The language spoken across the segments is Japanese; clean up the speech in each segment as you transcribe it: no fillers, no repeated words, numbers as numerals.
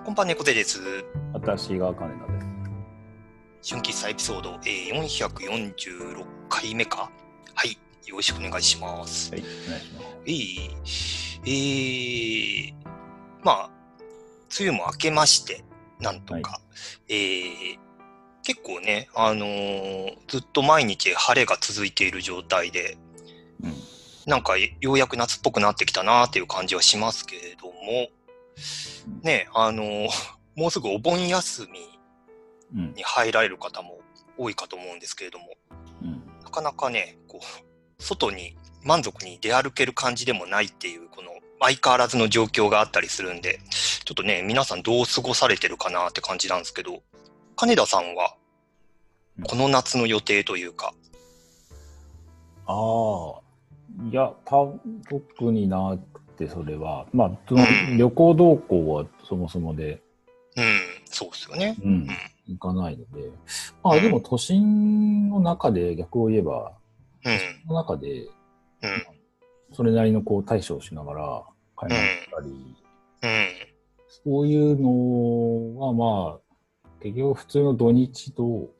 こんばんは、猫背です。 私が金田です。 春喫茶エピソード、446回目か。はい、よろしくお願いします。 はい、お願いします。 まあ、梅雨も明けまして、なんとか、 は結構ね、ずっと毎日晴れが続いている状態で、なんかようやく夏っぽくなってきたなっていう感じはしますけれども、ね、もうすぐお盆休みに入られる方も多いかと思うんですけれども、なかなかね、こう外に満足に出歩ける感じでもないっていうこの相変わらずの状況があったりするんで、ちょっとね、皆さんどう過ごされてるかなって感じなんですけど、金田さんはこの夏の予定というか。 いや、特になくて、それは。まあ、その旅行動向はそもそもで。 そうですよね。 行かないので。まあ、でも都心の中で逆を言えば、都心の中で、それなりのこう対処をしながら買い物したり、そういうのはまあ、結局普通の土日と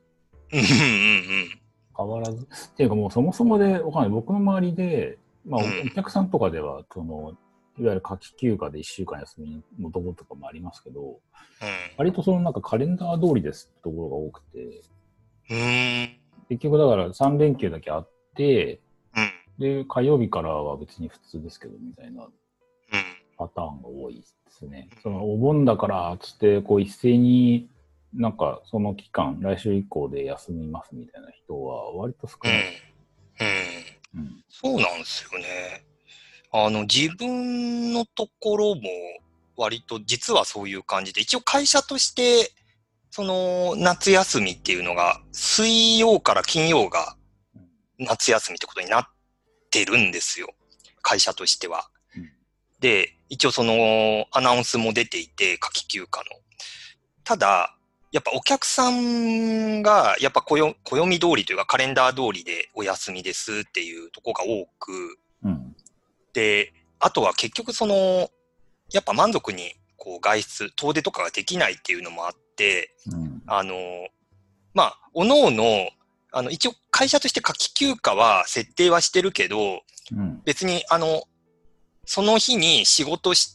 変わらず。っていうかもうそもそもでわかんない。僕の周りで、まあお客さんとかでは、いわゆる夏季休暇で1週間休みのところとかもありますけど、割とそのなんかカレンダー通りですってところが多くて、結局だから3連休だけあって、で、火曜日からは別に普通ですけど、みたいなパターンが多いですね。そのお盆だからつって、こう一斉になんかその期間、来週以降で休みますみたいな人は割と少ない。 そうなんですよね。自分のところも割と実はそういう感じで、一応会社として、その夏休みっていうのが、水曜から金曜が夏休みってことになってるんですよ。会社としては。で、一応そのアナウンスも出ていて、夏季休暇の。ただ、やっぱお客さんが、やっぱ暦通りというかカレンダー通りでお休みですっていうところが多く、で、あとは結局やっぱ満足にこう外出、遠出とかができないっていうのもあって、まあ、おのおの、一応会社として夏季休暇は設定はしてるけど、別にその日に仕事して、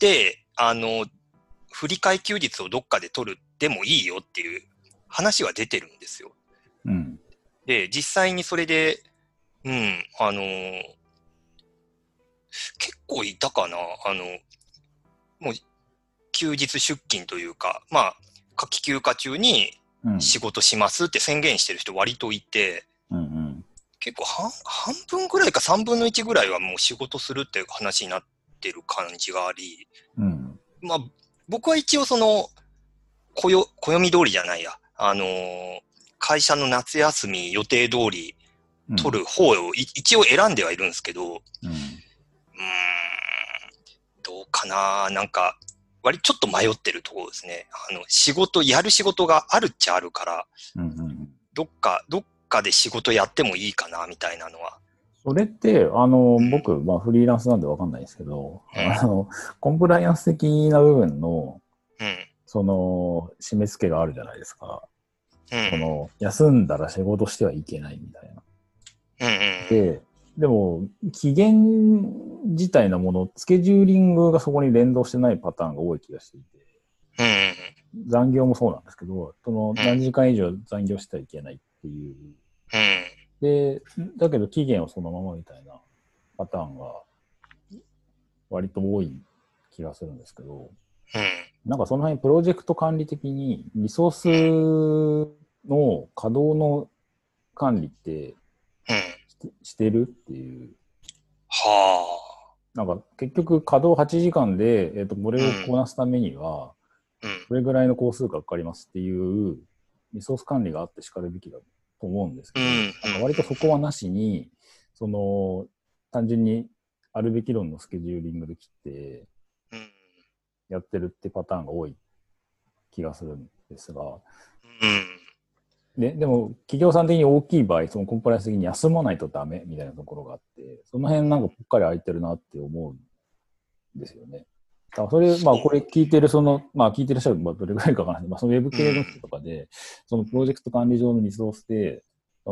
振り替え休日をどっかで取るでもいいよっていう話は出てるんですよ。で、実際にそれで、結構いたかな。もう休日出勤というか、まあ、夏季休暇中に仕事しますって宣言してる人割といて、結構半分ぐらいか3分の1ぐらいはもう仕事するっていう話になってる感じがあり、まあ、僕は一応暦通りじゃないや、会社の夏休み予定通り取る方を一応選んではいるんですけど、どうかな、なんか、ちょっと迷ってるところですね。やる仕事があるっちゃあるから、どっかで仕事やってもいいかな、みたいなのは。 それって、僕、まあフリーランスなんでわかんないですけど、コンプライアンス的な部分の、締め付けがあるじゃないですか。休んだら仕事してはいけないみたいな。でも、期限自体のもの、スケジューリングがそこに連動してないパターンが多い気がしていて、残業もそうなんですけど、何時間以上残業してはいけないっていう。で、だけど期限はそのままみたいなパターンが割と多い気がするんですけど、なんかその辺プロジェクト管理的にリソースの稼働の管理ってしてるっていう。なんか結局稼働8時間で、これをこなすためには、これぐらいの工数がかかりますっていうリソース管理があってしかるべきだと思うんですけど、なんか割とそこはなしに、単純にあるべき論のスケジューリングで切って、やってるってパターンが多い気がするんですが、でも企業さん的に大きい場合、そのコンプライアンス的に休まないとダメみたいなところがあって、その辺なんかぽっかり空いてるなって思うんですよね。 それ、まあ、これ聞いてる、まあ、聞いてらっしゃる、まあ、どれぐらいかわからない。まあ、そのウェブ系の人とかで、そのプロジェクト管理上のリソースで、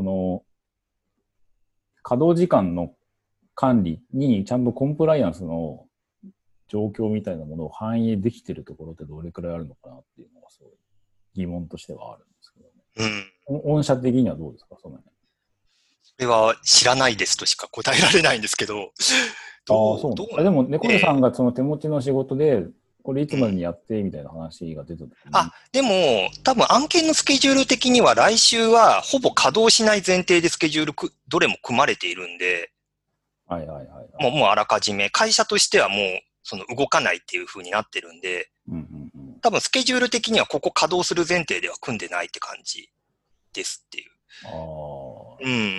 稼働時間の管理にちゃんとコンプライアンスの状況みたいなものを反映できてるところってどれくらいあるのかなっていうのがすごい疑問としてはあるんですけどね。御社的にはどうですか、その辺。 それは知らないですとしか答えられないんですけど、 そうなんでも、猫背さんがその手持ちの仕事で、これいつまでにやってみたいな話が出たときに。 でも、多分案件のスケジュール的には来週はほぼ稼働しない前提でスケジュールどれも組まれているんで、 はいはいはい、 もうあらかじめ、会社としてはもうその動かないっていう風になってるんで、多分スケジュール的にはここ稼働する前提では組んでないって感じですっていう。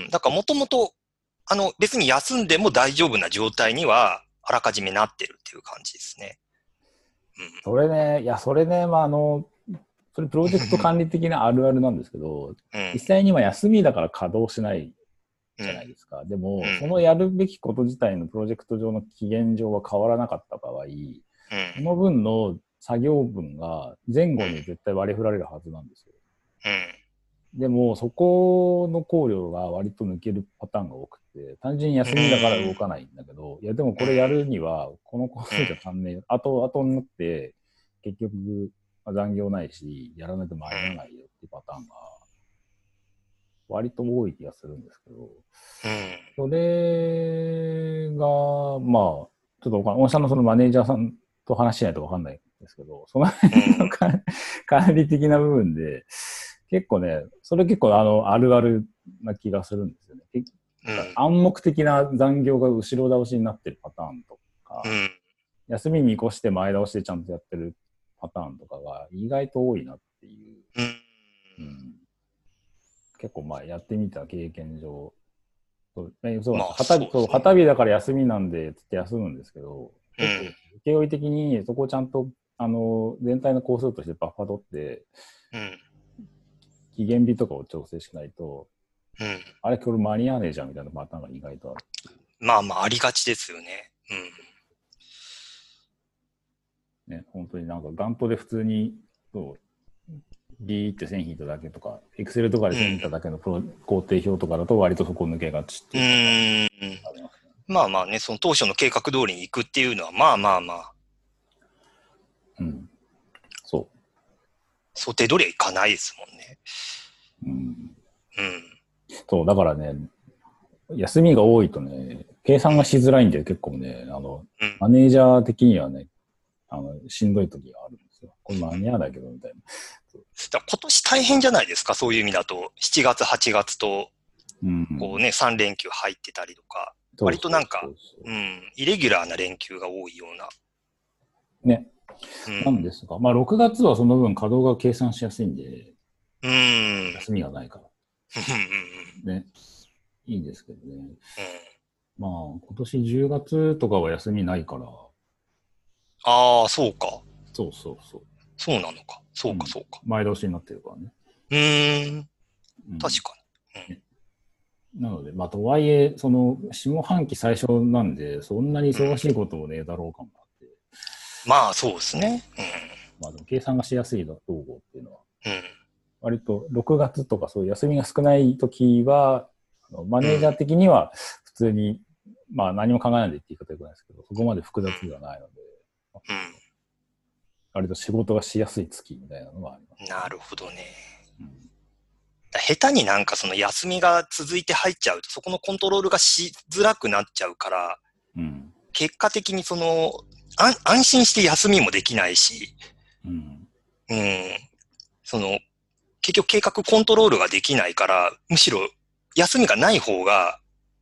だからもともと、別に休んでも大丈夫な状態にはあらかじめなってるっていう感じですね。 それね、まあそれプロジェクト管理的なあるあるなんですけど、実際には休みだから稼働しないじゃないですか。でも、そのやるべきこと自体のプロジェクト上の期限上は変わらなかった場合、その分の作業分が前後に絶対割り振られるはずなんですよ。でも、そこの考慮が割と抜けるパターンが多くて、単純に休みだから動かないんだけど、いや、でもこれやるには、この個数じゃ足んねえ。後になって、結局、残業ないし、やらないと間に合わないよっていうパターンが、割と多い気がするんですけど、それが、まあ、ちょっと御社のそのマネージャーさんと話しないとわかんないんですけど、その辺の管理的な部分で、結構ね、それ結構あるあるな気がするんですよね。暗黙的な残業が後ろ倒しになってるパターンとか、休み見越して前倒しでちゃんとやってるパターンとかが意外と多いなっていう。結構まあやってみた経験上、旗日だから休みなんでって休むんですけど、請負的にそこをちゃんと全体の工数としてバッファ取って、期限日とかを調整しないと、あれこれ間に合わねえじゃんみたいなパターンが意外とある。 まあまあありがちですよね。 ね、本当になんかガントで普通にビーって線引いただけとか、エクセルとかで線引いただけの工程表とかだと割とそこ抜けがちっていう。 まあまあね、その当初の計画通りに行くっていうのは、まあまあまあ。 そう。 想定通りはいかないですもんね。 そう、だからね、休みが多いとね、計算がしづらいんで結構ね、マネージャー的にはね、しんどい時があるんですよ。これ間に合わないけど、みたいな。 今年大変じゃないですか、そういう意味だと。7月、8月と、こうね、3連休入ってたりとか、割となんか、イレギュラーな連休が多いような。 ね。なんですが、まあ6月はその分稼働が計算しやすいんで、休みがないから。ね。いいんですけどね。まあ、今年10月とかは休みないから。 ああ、そうか。 そう。 そうなのか。そうか。 前倒しになってるからね。 確かに。 なので、まあ、とはいえ、その、下半期最初なんで、そんなに忙しいこともねえだろうかもなって。 まあ、そうですね。 まあ、でも計算がしやすい統合っていうのは、割と6月とかそういう休みが少ない時は、マネージャー的には普通に、まあ何も考えないでって言い方よくないですけど、そこまで複雑ではないので、割と仕事がしやすい月みたいなのはあります。 なるほどね。下手になんかその休みが続いて入っちゃうと、そこのコントロールがしづらくなっちゃうから、結果的にその、安心して休みもできないし、その、結局計画コントロールができないから、むしろ休みがない方が、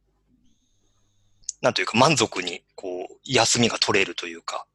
なんというか満足に、こう、休みが取れるというか。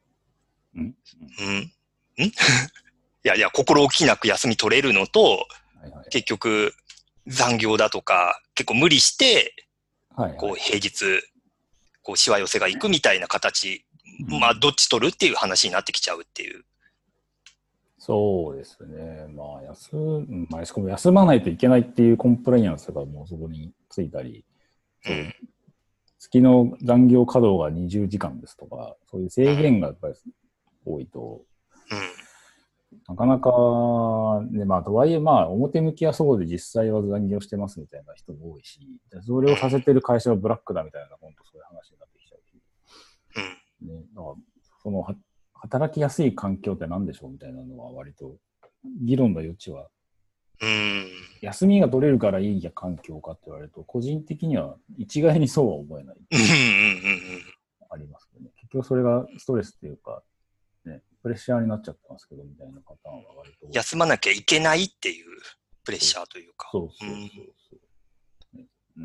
いや、心置きなく休み取れるのと、結局、残業だとか、結構無理して、こう、平日、こう、しわ寄せがいくみたいな形、まあ、どっち取るっていう話になってきちゃうっていう。 そうですね。まあ、しかも休まないといけないっていうコンプライアンスがもうそこについたり、月の残業稼働が20時間ですとか、そういう制限がやっぱり多いと、 うん。 なかなか、ね、まあ、とはいえ、まあ、表向きはそうで実際は残業してますみたいな人も多いし、それをさせてる会社はブラックだみたいな、本当そういう話になってきちゃうし、 うん。 ね、だからその働きやすい環境って何でしょうみたいなのは割と議論の余地は、 うん。 休みが取れるからいいや環境かって言われると、個人的には一概にそうは思えない。 うん。うん。 ありますよね。結局それがストレスっていうか、ね、プレッシャーになっちゃってますけど、みたいなパターンは割と。 休まなきゃいけないっていうプレッシャーというか。 そうそうそうそう、ね。うん。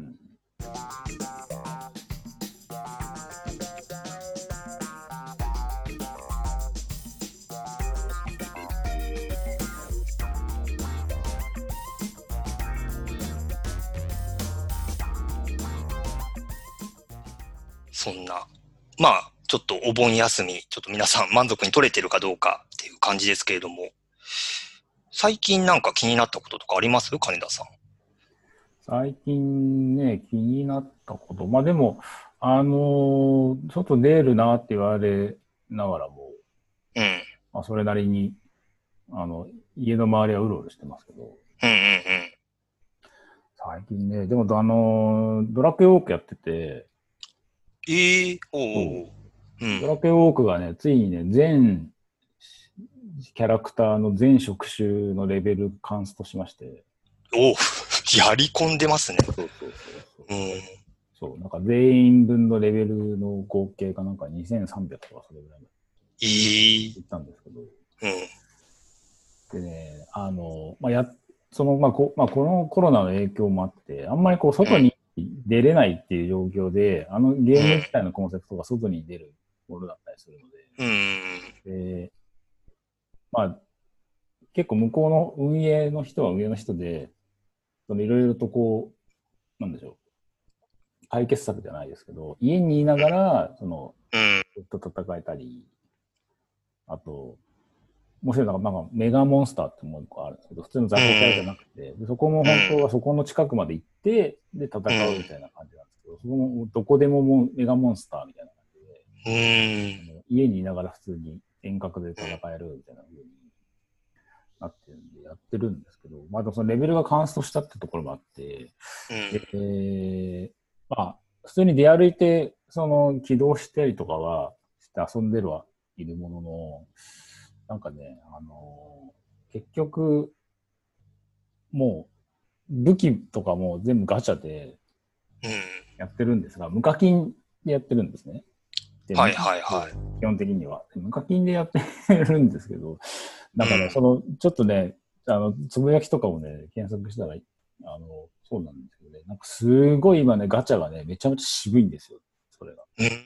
そんな、まあ、ちょっとお盆休み、ちょっと皆さん満足に取れてるかどうかっていう感じですけれども、最近なんか気になったこととかあります金田さん？ 最近ね、気になったこと。まあでも、外出るなって言われながらも、 うん。 まあそれなりに、あの、家の周りはうろうろしてますけど、 うんうんうん。 最近ね、でもドラクエウォークやってて、 おうそおうおう。うう、 ん。 ドラクエウォークがね、ついにね、全キャラクターの全職種のレベルカンストしまして。 おう、やり込んでますね。 そうそうそうそう。 うん。 そう、なんか全員分のレベルの合計がなんか2300とかそれぐらいいったんですけど。 うん。 でね、まあ、このコロナの影響もあって、あんまりこう外に出れないっていう状況で、ゲーム自体のコンセプトが外に出るものだったりするので、 うん。 で、まあ、結構向こうの運営の人は運営の人で、いろいろとこう、なんでしょう、解決策じゃないですけど、家にいながら、 うん。 ずっと戦えたり、あと、面白いのが、なんかメガモンスターってもう一個あるんですけど、普通の雑魚キャラじゃなくて、でそこも本当はそこの近くまで行って、で、戦うみたいな感じなんですけど、そこもどこでもメガモンスターみたいな感じで、家にいながら普通に遠隔で戦えるみたいな風になってるんで、やってるんですけど、まあでもそのレベルがカンストしたってところもあって、まあ、普通に出歩いて、起動したりとかはして遊んではいるものの、なんかね、結局、もう、武器とかも全部ガチャでやってるんですが、無課金でやってるんですね。 はいはいはい。 基本的には。無課金でやってるんですけど、なんかね、ちょっとね、つぶやきとかもね、検索したら、そうなんですけどね、なんかすごい今ね、ガチャがね、めちゃめちゃ渋いんですよ、それが。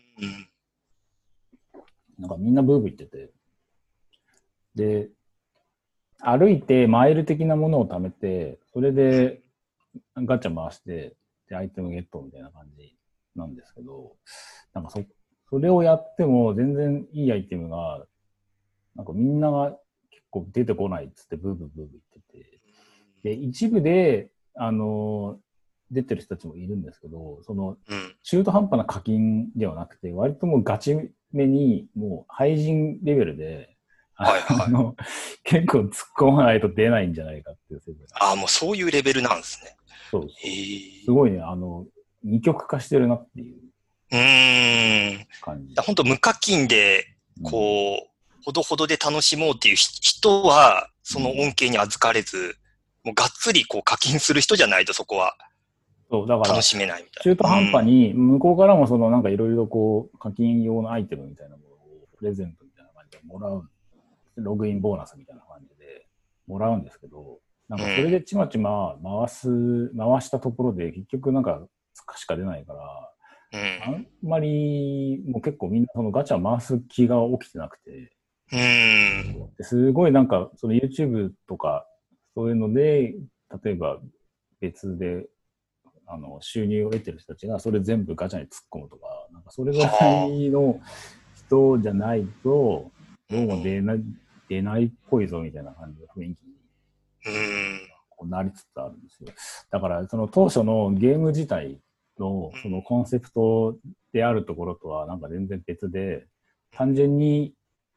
なんかみんなブーブー言ってて。で、歩いてマイル的なものを貯めて、それでガチャ回して、で、アイテムゲットみたいな感じなんですけど、なんかそれをやっても全然いいアイテムが、なんかみんなが結構出てこないっつってブーブーブーブー言ってて、で、一部で、出てる人たちもいるんですけど、中途半端な課金ではなくて、割ともうガチめに、もう廃人レベルで、結構突っ込まないと出ないんじゃないかっていう説ああ、もうそういうレベルなんですね。 そうそう。すごいね、二極化してるなっていう感じ。 本当無課金で、こう、ほどほどで楽しもうっていう人は、その恩恵に預かれず、もうがっつりこう課金する人じゃないとそこは楽しめないみたいな。 中途半端に、向こうからもなんかいろいろこう、課金用のアイテムみたいなものをプレゼントみたいな感じでもらう。ログインボーナスみたいな感じでもらうんですけど、なんかそれでちまちま回したところで結局なんかしか出ないから、あんまりもう結構みんなそのガチャ回す気が起きてなくて、すごいなんかその YouTube とかそういうので、例えば別で収入を得てる人たちがそれ全部ガチャに突っ込むとか、なんかそれぐらいの人じゃないと、どうも出ないっぽいぞみたいな感じの雰囲気になりつつあるんですよ。だからその当初のゲーム自体のそのコンセプトであるところとはなんか全然別で、単純に言っ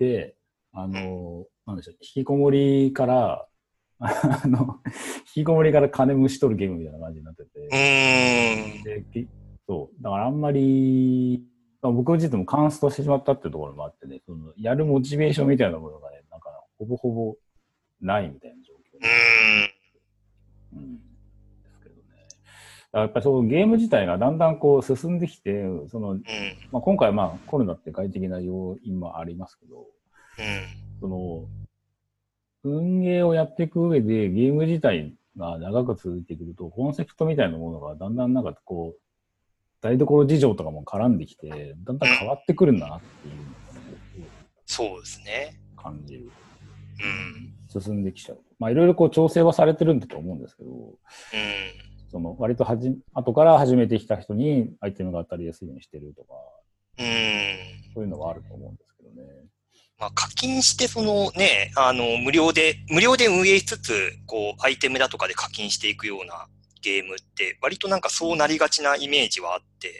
で、なんでしょう、引きこもりから、引きこもりから金虫取るゲームみたいな感じになってて。で、そう。だからあんまり、僕自身もカンストしてしまったっていうところもあってね、やるモチベーションみたいなものがね、なんか、ほぼほぼないみたいな状況ですけどね。やっぱりそうゲーム自体がだんだんこう進んできて、今回はコロナって外的な要因もありますけど、運営をやっていく上でゲーム自体が長く続いてくると、コンセプトみたいなものがだんだんなんかこう、台所事情とかも絡んできて、だんだん変わってくるんだなっていうのが、 そうですね。 感じる。進んできちゃう。いろいろこう調整はされてるんだと思うんですけど、割と後から始めてきた人にアイテムが当たりやすいようにしてるとか、そういうのはあると思うんですけどね。 課金して、無料で運営しつつ、こう、アイテムだとかで課金していくようなゲームって、割となんかそうなりがちなイメージはあって、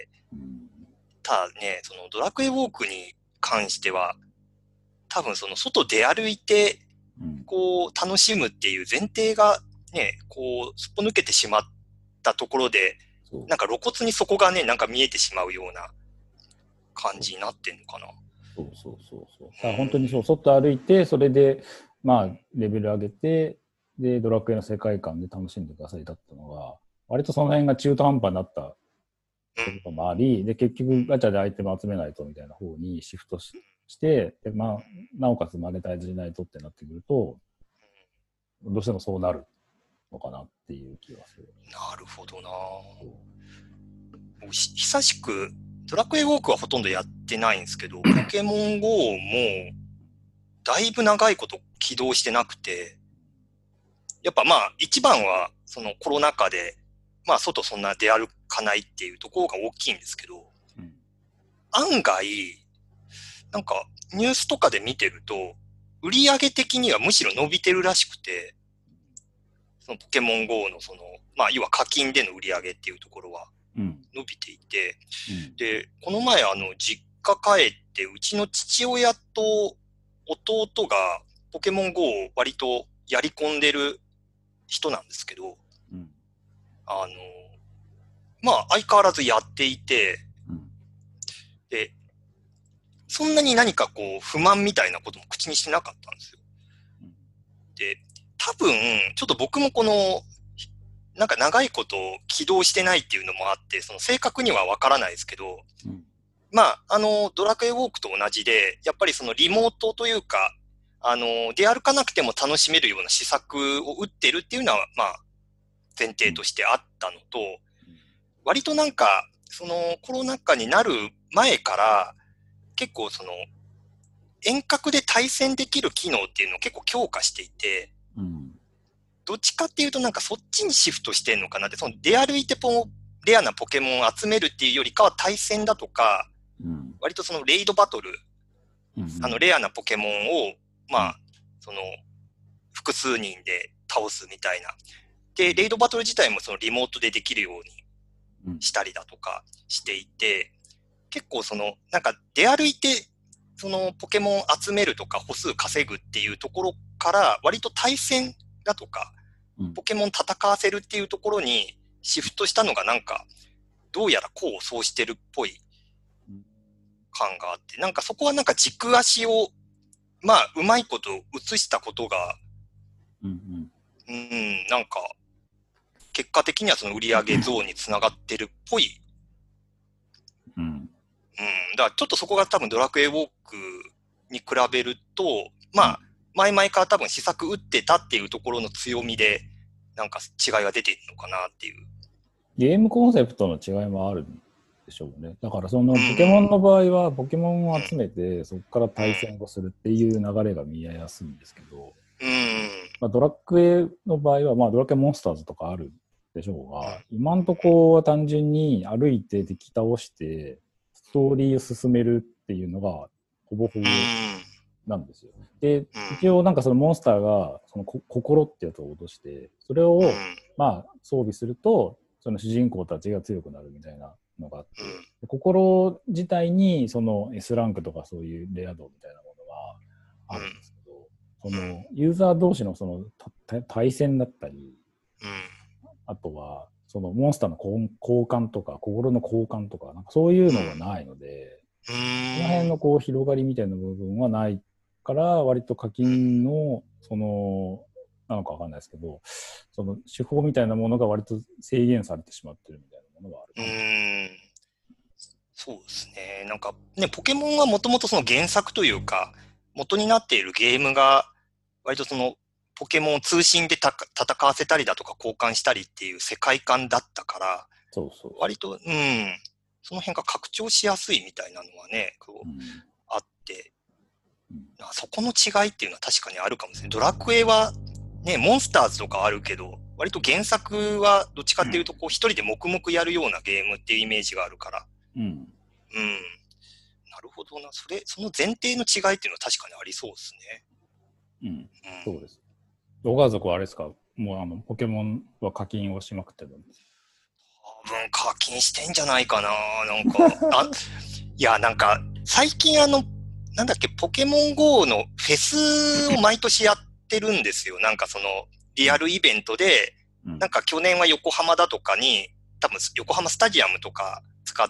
ただね、ドラクエウォークに関しては、多分外出歩いて、こう、楽しむっていう前提がね、こう、すっぽ抜けてしまったところで、なんか露骨にそこがね、なんか見えてしまうような感じになってんのかな。 そう。だから本当に外歩いて、それで、レベル上げて、で、ドラクエの世界観で楽しんでくださいだったのが、割とその辺が中途半端になったこともあり、で、結局ガチャでアイテム集めないとみたいな方にシフトして、で、なおかつマネタイズしないとってなってくると、どうしてもそうなるのかなっていう気がする。 なるほどな。久しく、ドラクエウォークはほとんどやってないんですけど、ポケモン GO もだいぶ長いこと起動してなくて、やっぱ一番はコロナ禍で、外そんな出歩かないっていうところが大きいんですけど、案外、なんかニュースとかで見てると、売上的にはむしろ伸びてるらしくて、ポケモン GO の要は課金での売り上げっていうところは伸びていて、で、この前実家帰って、うちの父親と弟がポケモン GO を割とやり込んでる人なんですけど、相変わらずやっていて、で、そんなに何かこう、不満みたいなことも口にしてなかったんですよ。で、多分、ちょっと僕もなんか長いこと起動してないっていうのもあって、正確にはわからないですけど、ドラクエウォークと同じで、やっぱりリモートというか、出歩かなくても楽しめるような施策を打ってるっていうのは、前提としてあったのと、割となんか、コロナ禍になる前から、結構遠隔で対戦できる機能っていうのを結構強化していて、どっちかっていうとなんかそっちにシフトしてんのかなって、出歩いてレアなポケモンを集めるっていうよりかは対戦だとか、割とレイドバトル、レアなポケモンを、複数人で倒すみたいな。で、レイドバトル自体もリモートでできるようにしたりだとかしていて、結構なんか出歩いて、ポケモン集めるとか歩数稼ぐっていうところから、割と対戦だとか、ポケモン戦わせるっていうところにシフトしたのがなんか、どうやら功を奏してるっぽい感があって、なんかそこはなんか軸足を、うまいこと移したことが、なんか、結果的には売上増につながってるっぽい。だからちょっとそこが多分ドラクエウォークに比べると、前々から多分施策打ってたっていうところの強みで、なんか違いが出てるのかなっていう。 ゲームコンセプトの違いもあるんでしょうね。だからポケモンの場合は、ポケモンを集めて、そこから対戦をするっていう流れが見えやすいんですけど、ドラクエの場合は、ドラクエモンスターズとかあるでしょうが、今んとこは単純に歩いて敵倒して、ストーリーを進めるっていうのが、ほぼほぼなんですよ。で、一応なんかモンスターが、心ってやつを落として、それを、装備すると、主人公たちが強くなるみたいなのがあって、心自体にS ランクとかそういうレア度みたいなものはあるんですけど、そのユーザー同士のその対戦だったり、あとはそのモンスターの交換とか心の交換とか、なんかそういうのがないので、この辺のこう広がりみたいな部分はないから、割と課金のそのなのかわかんないですけど、その手法みたいなものが割と制限されてしまってるみたいなものはあるかも。 そうですね。なんかね、ポケモンはもともとその原作というか、元になっているゲームが、割とその、ポケモンを通信で戦わせたりだとか交換したりっていう世界観だったから、 そうそうそう、 割と、その辺が拡張しやすいみたいなのはね、こう、あって、そこの違いっていうのは確かにあるかもしれない。ドラクエは、ね、モンスターズとかあるけど、割と原作はどっちかっていうと、こう一人で黙々やるようなゲームっていうイメージがあるから。なるほどな。その前提の違いっていうのは確かにありそうですね。 そうです。ご家族はあれですか、もうポケモンは課金をしまくってるんですか？ 多分課金してんじゃないかな。なんか、いや、なんか、最近なんだっけ、ポケモン GO のフェスを毎年やってるんですよ。なんかその、リアルイベントで、なんか去年は横浜だとかに、多分横浜スタジアムとか使って、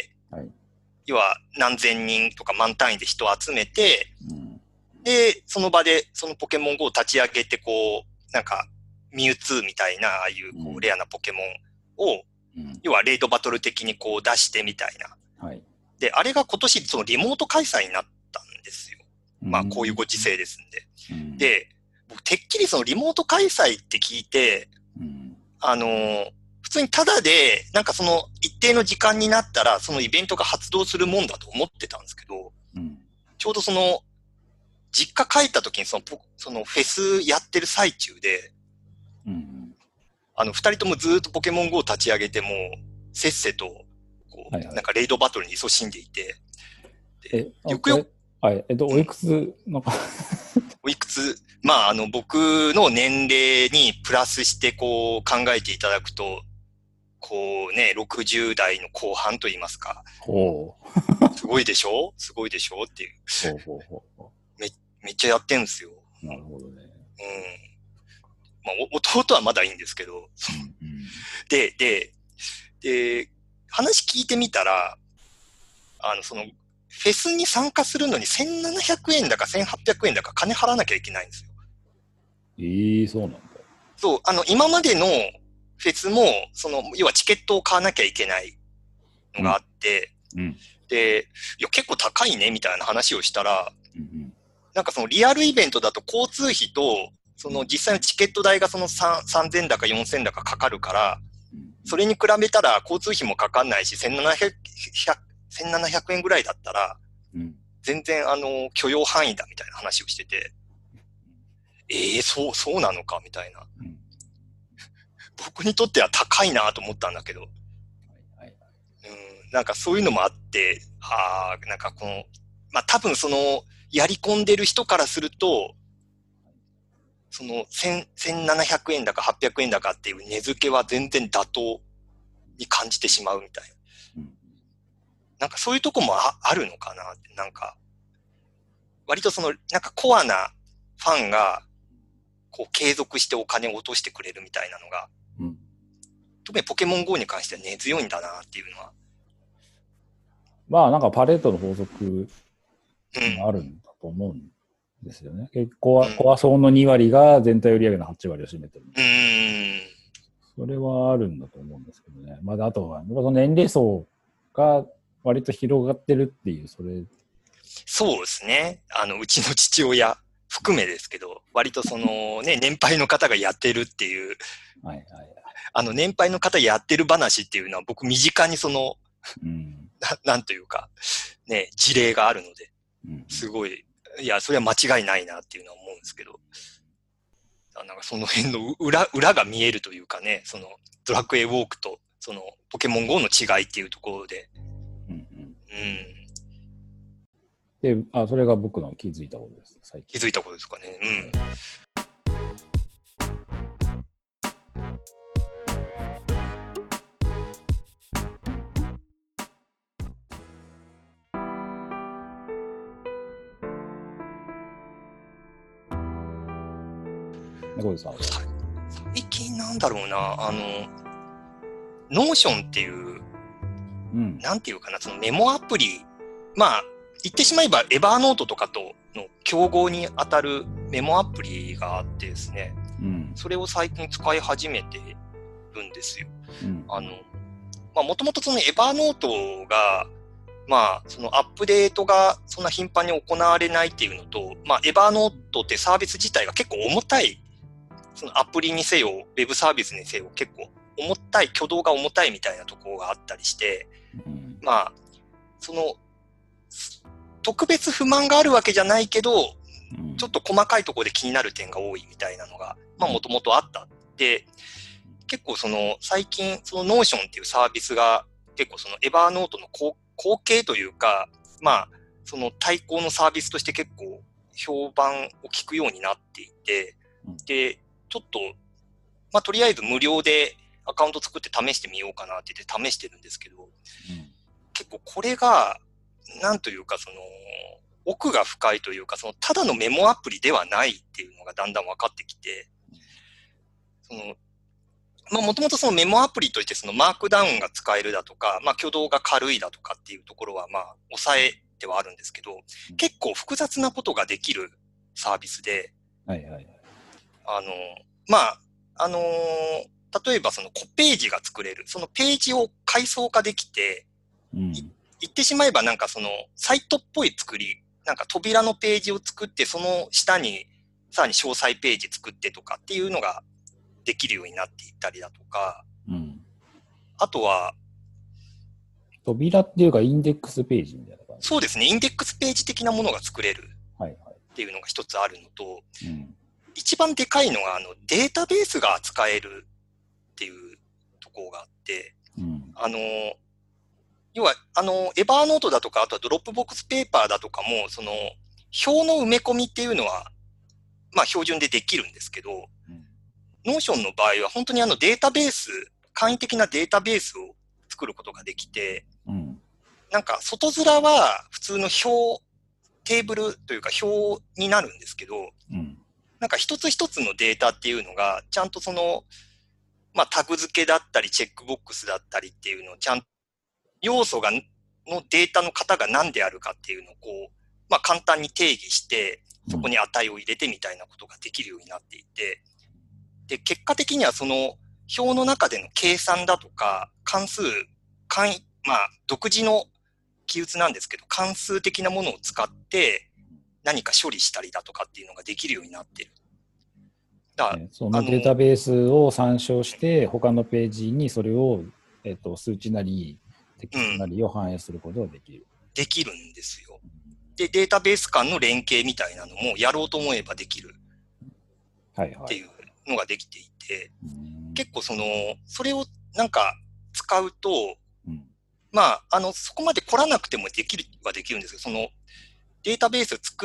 要は何千人とか万単位で人を集めて、で、その場でそのポケモン GO を立ち上げて、こう、なんか、ミュウツーみたいな、ああいうこうレアなポケモンを、要はレイドバトル的にこう出してみたいな。で、あれが今年そのリモート開催になったんですよ。まあ、こういうご時世ですんで。で、僕、てっきりそのリモート開催って聞いて、普通にタダで、なんかその一定の時間になったら、そのイベントが発動するもんだと思ってたんですけど、ちょうどその、実家帰った時にそのフェスやってる最中で、二人ともずっとポケモン GO 立ち上げても、せっせと、こう、なんかレイドバトルに勤しんでいて、よくよく、 おいくつのおいくつ、まあ、僕の年齢にプラスしてこう考えていただくと、こうね、60代の後半と言いますか。すごいでしょすごいでしょっていう。めっちゃやってんすよ。 なるほどね。 まあ、弟はまだいいんですけど。で、話聞いてみたら、その、フェスに参加するのに1700円だか1800円だか金払わなきゃいけないんですよ。 そうなんだ。 そう、今までのフェスも、要はチケットを買わなきゃいけないのがあって、で、いや、結構高いね、みたいな話をしたら、なんかそのリアルイベントだと交通費と、その実際のチケット代がその3000だか4000だかかかるから、それに比べたら交通費もかかんないし、1700円ぐらいだったら、全然許容範囲だみたいな話をしてて、そうなのかみたいな。僕にとっては高いなと思ったんだけど、なんかそういうのもあって、なんかこの、まあ、多分その、やり込んでる人からすると、その1700円だか800円だかっていう値付けは全然妥当に感じてしまうみたいな。なんかそういうとこもあるのかなって、なんか、割とその、なんかコアなファンが、こう継続してお金を落としてくれるみたいなのが、特にポケモン GO に関しては根強いんだなっていうのは。 まあなんかパレートの法則があるんだと思うんですよね。結構コア層の2割が全体売上の8割を占めてる。それはあるんだと思うんですけどね。まだあとは、その年齢層が割と広がってるっていう、それ。 そうですね。うちの父親含めですけど、割とそのね、年配の方がやってるっていう、年配の方やってる話っていうのは僕身近にその、なんというか、ね、事例があるので、すごい、いや、それは間違いないなっていうのは思うんですけど、なんかその辺の裏が見えるというかね、そのドラクエウォークとそのポケモン GO の違いっていうところで、 で、それが僕の気づいたことです。最近気づいたことですかね。 猫背さんは。 最近なんだろうな、ノーションっていう、なんていうかな、そのメモアプリ、まあ、言ってしまえばエバーノートとかとの競合に当たるメモアプリがあってですね、それを最近使い始めてるんですよ。もともとそのエバーノートが、そのアップデートがそんな頻繁に行われないっていうのと、エバーノートってサービス自体が結構重たい、そのアプリにせよ、ウェブサービスにせよ、結構重たい、挙動が重たいみたいなところがあったりして、その、特別不満があるわけじゃないけど、ちょっと細かいところで気になる点が多いみたいなのが、もともとあった。で、結構その、最近、そのノーションっていうサービスが、結構そのエバーノートの後継というか、その対抗のサービスとして結構評判を聞くようになっていて、で、ちょっと、とりあえず無料でアカウント作って試してみようかなって言って試してるんですけど、結構これが、なんというかその、奥が深いというか、その、ただのメモアプリではないっていうのがだんだん分かってきて、その、もともとそのメモアプリとしてそのマークダウンが使えるだとか、挙動が軽いだとかっていうところは抑えてはあるんですけど、結構複雑なことができるサービスで、例えばそのページが作れる、そのページを階層化できて、言ってしまえばなんかそのサイトっぽい作り、なんか扉のページを作って、その下にさらに詳細ページ作ってとかっていうのができるようになっていったりだとか、あとは、 扉っていうかインデックスページみたいな感じ。 そうですね、インデックスページ的なものが作れるっていうのが一つあるのと、一番でかいのがデータベースが扱えるっていうところがあって、要はエバーノートだとか、あとはドロップボックスペーパーだとかも、その表の埋め込みっていうのは標準でできるんですけど、ノーションの場合は本当にデータベース、簡易的なデータベースを作ることができて、なんか外面は普通の表、テーブルというか表になるんですけど、なんか一つ一つのデータっていうのが、ちゃんとその、タグ付けだったり、チェックボックスだったりっていうのをちゃんと、要素のデータの型が何であるかっていうのを簡単に定義して、そこに値を入れてみたいなことができるようになっていて、で、結果的にはその表の中での計算だとか、関数、独自の記述なんですけど、関数的なものを使って何か処理したりだとかっていうのができるようになっている。 そのデータベースを参照して、他のページにそれを、数値なり、テキストなりを反映することができる。 できるんですよ。で、データベース間の連携みたいなのもやろうと思えばできるっていうのができていて、結構それをなんか使うと、そこまで凝らなくてもできるんですけど、そのデータベースを作って、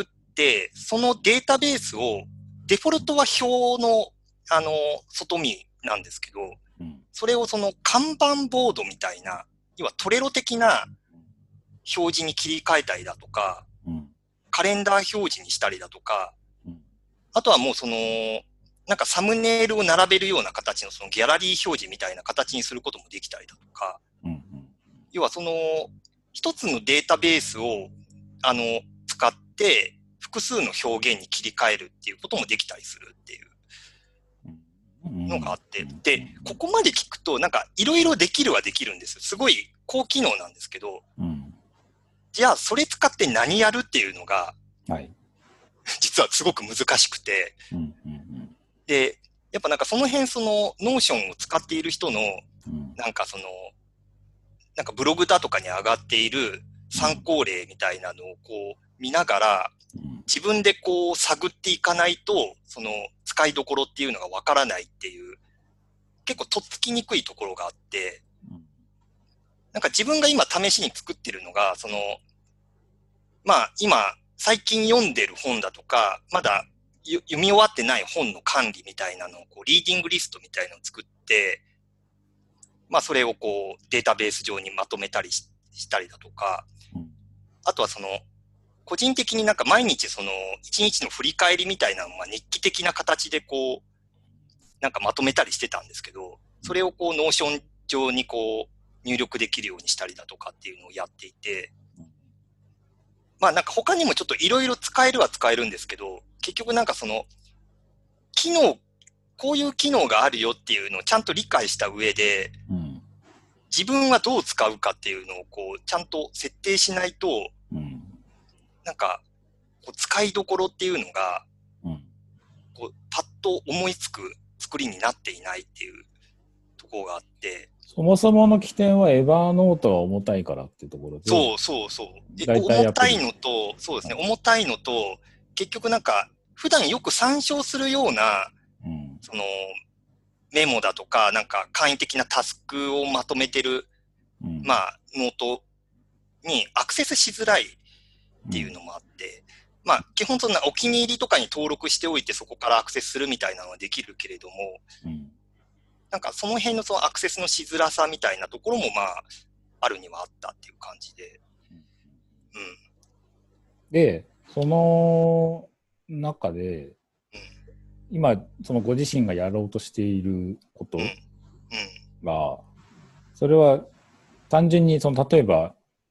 そのデータベースをデフォルトは表の外見なんですけど、それをその看板ボードみたいな、要はトレロ的な表示に切り替えたりだとか、カレンダー表示にしたりだとか、あとはもうなんかサムネイルを並べるような形のそのギャラリー表示みたいな形にすることもできたりだとか、要はその一つのデータベースを使って複数の表現に切り替えるっていうこともできたりするっていうのがあって、で、ここまで聞くとなんかいろいろできるはできるんですよ。すごい高機能なんですけど、じゃあそれ使って何やるっていうのが、実はすごく難しくて、で、やっぱなんかその辺ノーションを使っている人の、なんかなんかブログだとかに上がっている参考例みたいなのを見ながら、自分で探っていかないと、その使いどころっていうのがわからないっていう、結構とっつきにくいところがあって、なんか自分が今試しに作ってるのが、今、最近読んでる本だとか、まだ読み終わってない本の管理みたいなのを、リーディングリストみたいなのを作って、それをデータベース上にまとめたりしたりだとか、あとは個人的になんか毎日一日の振り返りみたいなのが日記的な形でなんかまとめたりしてたんですけど、それをこう、ノーション上にこう、入力できるようにしたりだとかっていうのをやっていて、まあなんか他にもちょっといろいろ使えるは使えるんですけど、結局なんかその、機能、こういう機能があるよっていうのをちゃんと理解した上で、 うん、 自分はどう使うかっていうのをこう、ちゃんと設定しないと、 うん、 なんか、こう使いどころっていうのが、 うん。 こう、パッと思いつく作りになっていないっていうところがあって、 そもそもの起点はエヴァーノートは重たいからっていうところで、 そうそうそう。 代重たい替アプリ。 のと、そうですね、 はい。 重たいのと、結局なんか、普段よく参照するような、 うん、 その、メモだとか、なんか簡易的なタスクをまとめてる、 うん、 まあ、ノートにアクセスしづらいっていううん、 のもあって、まあ、基本そんなお気に入りとかに登録しておいてそこからアクセスするみたいなのはできるけれども、 うん。 なんかその辺のそのアクセスのしづらさみたいなところもまあ、あるにはあったっていう感じで。うん。 で、その中で、 うん。 今、そのご自身がやろうとしているこうん。 とうん。 が、それは単純にその例えば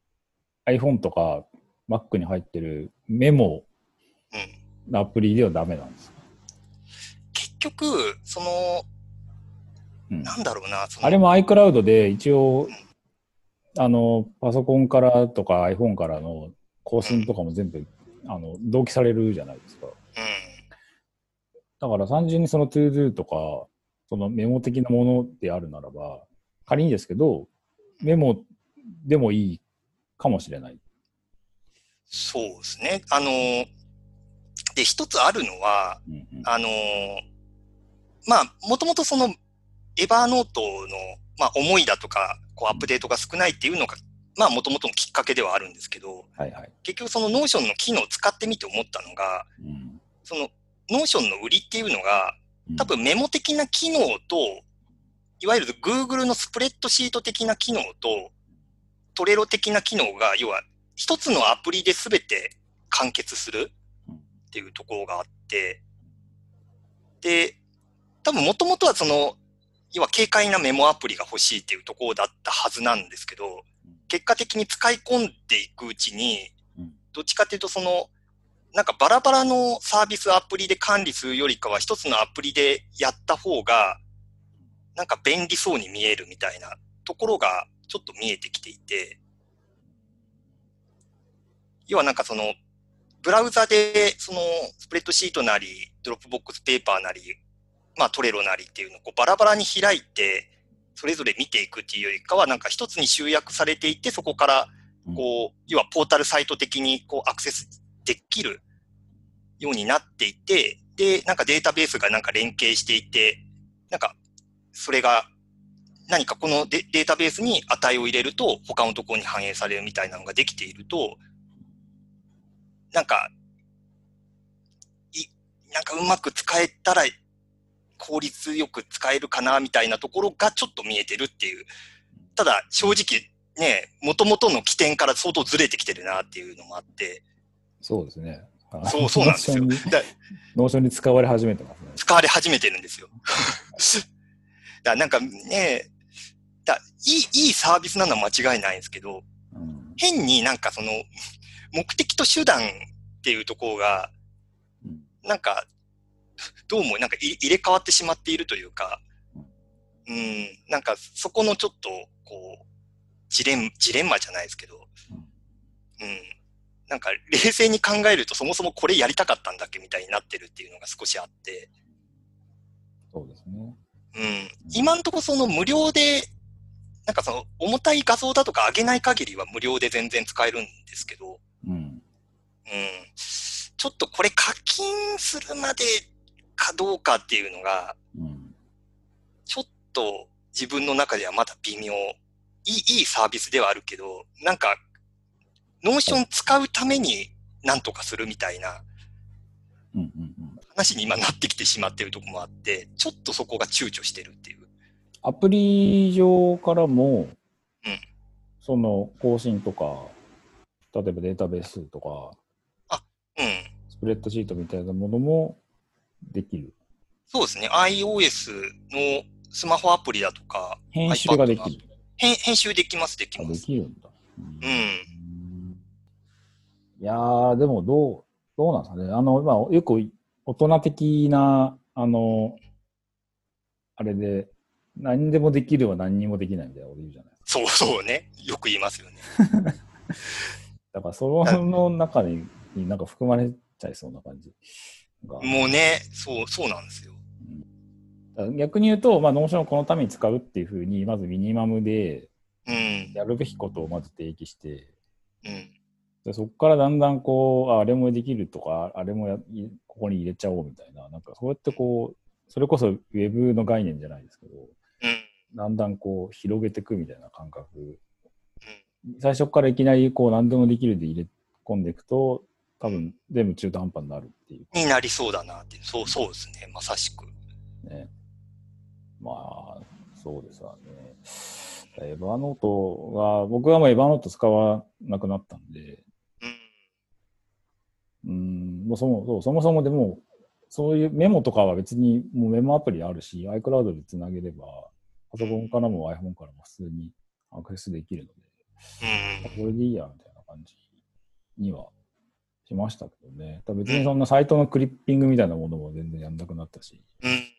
iPhone とか Mac に入ってるメモうん。 のアプリではダメなんですか？ 結局、その、 うん。 なんだろうな、その、 あれも iCloud で一応、パソコンからとか iPhone からの更うん。うん。 新とかも全部、同期されるじゃないですか。だから単純にその ToDo とか、そのメモ的なものであるならば、仮にですけど、メモでもいいかもしれない。 そうですね。で、一つあるのは、 うんうん。 あの、まあ、もともとそのエヴァーノートの、まあ、思いだとか、こう、アップデートが少ないっていうのが、まあ、もともとのきっかけではあるんですけど、 はいはい。 結局そのノーションの機能を使ってみて思ったのが、 うん。 そのノーションの売りっていうのが、 うん。 多分メモ的な機能と、いわゆる Google のスプレッドシート的な機能と、トレロ的な機能が、要は一つのアプリで全て完結するっていうところがあって、で、多分もともとはその、要は軽快なメモアプリが欲しいっていうところだったはずなんですけど、結果的に使い込んでいくうちに、 うん。 どっちかっていうとその、なんかバラバラのサービスアプリで管理するよりかは一つのアプリでやった方が、なんか便利そうに見えるみたいなところがちょっと見えてきていて、要はなんかその、ブラウザでそのスプレッドシートなり、ドロップボックスペーパーなり、まあトレロなりっていうのをこうバラバラに開いて、それぞれ見ていくっていうよりかは、なんか一つに集約されていて、そこからこう、要はポータルサイト的にこうアクセスできるようになっていて、で、なんかデータベースがなんか連携していて、なんかそれが何かこのデータベースに値を入れると他のところに反映されるみたいなのができていると、なんか、なんかうまく使えたら効率よく使えるかなみたいなところがちょっと見えてるっていう。ただ正直ね、元々の起点から相当ずれてきてるなっていうのもあって。 そうですね。 そうなんですよ。 ノーションに使われ始めてますね。 使われ始めてるんですよ。だなんかね、いいサービスなのは間違いないんですけど、 うん、 変になんかその、目的と手段っていうところが、なんか、どうもなんか入れ替わってしまっているというか、なんかそこのちょっと、こう、ジレンマじゃないですけど、なんか冷静に考えるとそもそもこれやりたかったんだっけみたいになってるっていうのが少しあって、 そうですね。 今んとこその無料で、なんかその重たい画像だとか上げない限りは無料で全然使えるんですけど、ちょっとこれ課金するまでかどうかっていうのが、ちょっと自分の中ではまだ微妙。いいサービスではあるけど、なんか、ノーション使うためになんとかするみたいな話に今なってきてしまっているところもあって、ちょっとそこが躊躇してるっていう。 アプリ上からも、その更新とか、例えばデータベースとか、スプレッドシートみたいなものもできる。 そうですね。iOS のスマホアプリだとか、 編集ができる。 編集できます。 できるんだ。 うん。 いやー、でもどうなんですかね。よく大人的な、あれで、何でもできるは何にもできないみたいなこと言うじゃないですか。そうね。よく言いますよね。 だから、その中になんか含まれちゃいそうな感じ。 もうね、そうなんですよ。 逆に言うと、ノーションをこのために使うっていうふうに、まずミニマムで、やるべきことをまず定義して、でそこからだんだんあれもできるとか、あれもここに入れちゃおうみたいな、なんかそうやってそれこそウェブの概念じゃないですけど、だんだん広げていくみたいな感覚。最初からいきなり何でもできるで入れ込んでいくと、多分全部中途半端になるっていう。 になりそうだなって。そうですね。まさしく。 ね。まあ、そうですわね。エヴァノートが、僕はもうエヴァノート使わなくなったんで、もうそもそもでも、そういうメモとかは別にもうメモアプリあるし、iCloud でつなげれば、パソコンからも iPhone からも普通にアクセスできるので、これでいいや、みたいな感じにはしましたけどね。別にそんなサイトのクリッピングみたいなものも全然やんなくなったし。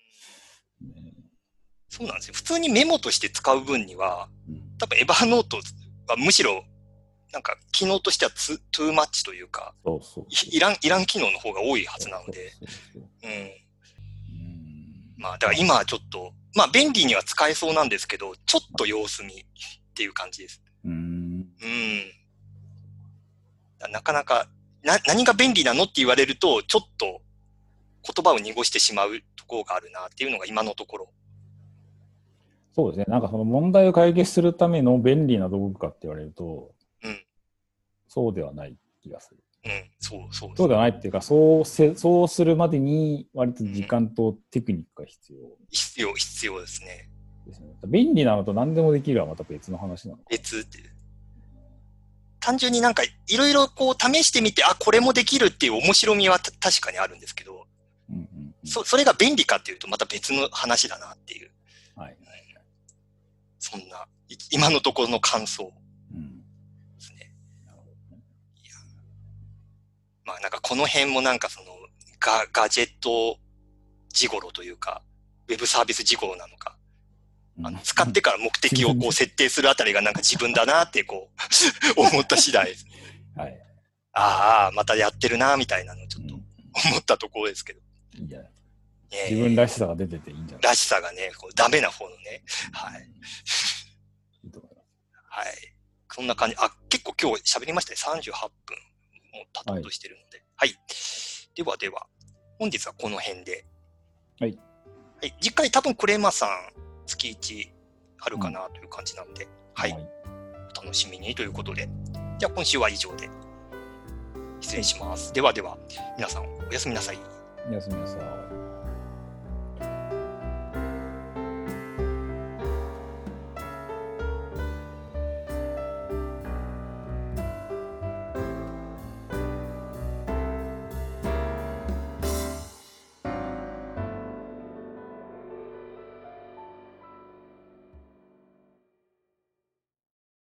そうなんですよ。普通にメモとして使う分には、多分エヴァノートはむしろ、なんか機能としてはトゥーマッチというか、いらん機能の方が多いはずなので、まあだから今はちょっと、まあ便利には使えそうなんですけど、ちょっと様子見っていう感じです。なかなか、何が便利なのって言われると、ちょっと言葉を濁してしまうところがあるなっていうのが今のところ。 そうですね。なんかその問題を解決するための便利な道具かって言われると、そうではない気がする。そうではないっていうか、そうするまでに割と時間とテクニックが必要。 必要ですね。 便利なのと何でもできるはまた別の話なのか。 別って。単純になんかいろいろ試してみて、これもできるっていう面白みは確かにあるんですけど、それが便利かっていうとまた別の話だなっていう。そんな、今のところの感想ですね。まあなんかこの辺もなんかそのガジェットジゴロというか、ウェブサービスジゴロなのか、使ってから目的を設定するあたりがなんか自分だなって思った次第です。またやってるなみたいなのをちょっと思ったところですけど。 いいんじゃない自分らしさが出てていいんじゃないらしさがね、ダメな方のね。はい。 いいと思います。 はい。そんな感じ。結構今日喋りましたね。38分も経とうとしてるので。はい。では、本日はこの辺で。 はい。 次回多分クレマさん月1あるかなという感じなので、はい。お楽しみにということで。じゃあ今週は以上で失礼します。では、皆さんおやすみなさい。 おやすみなさい。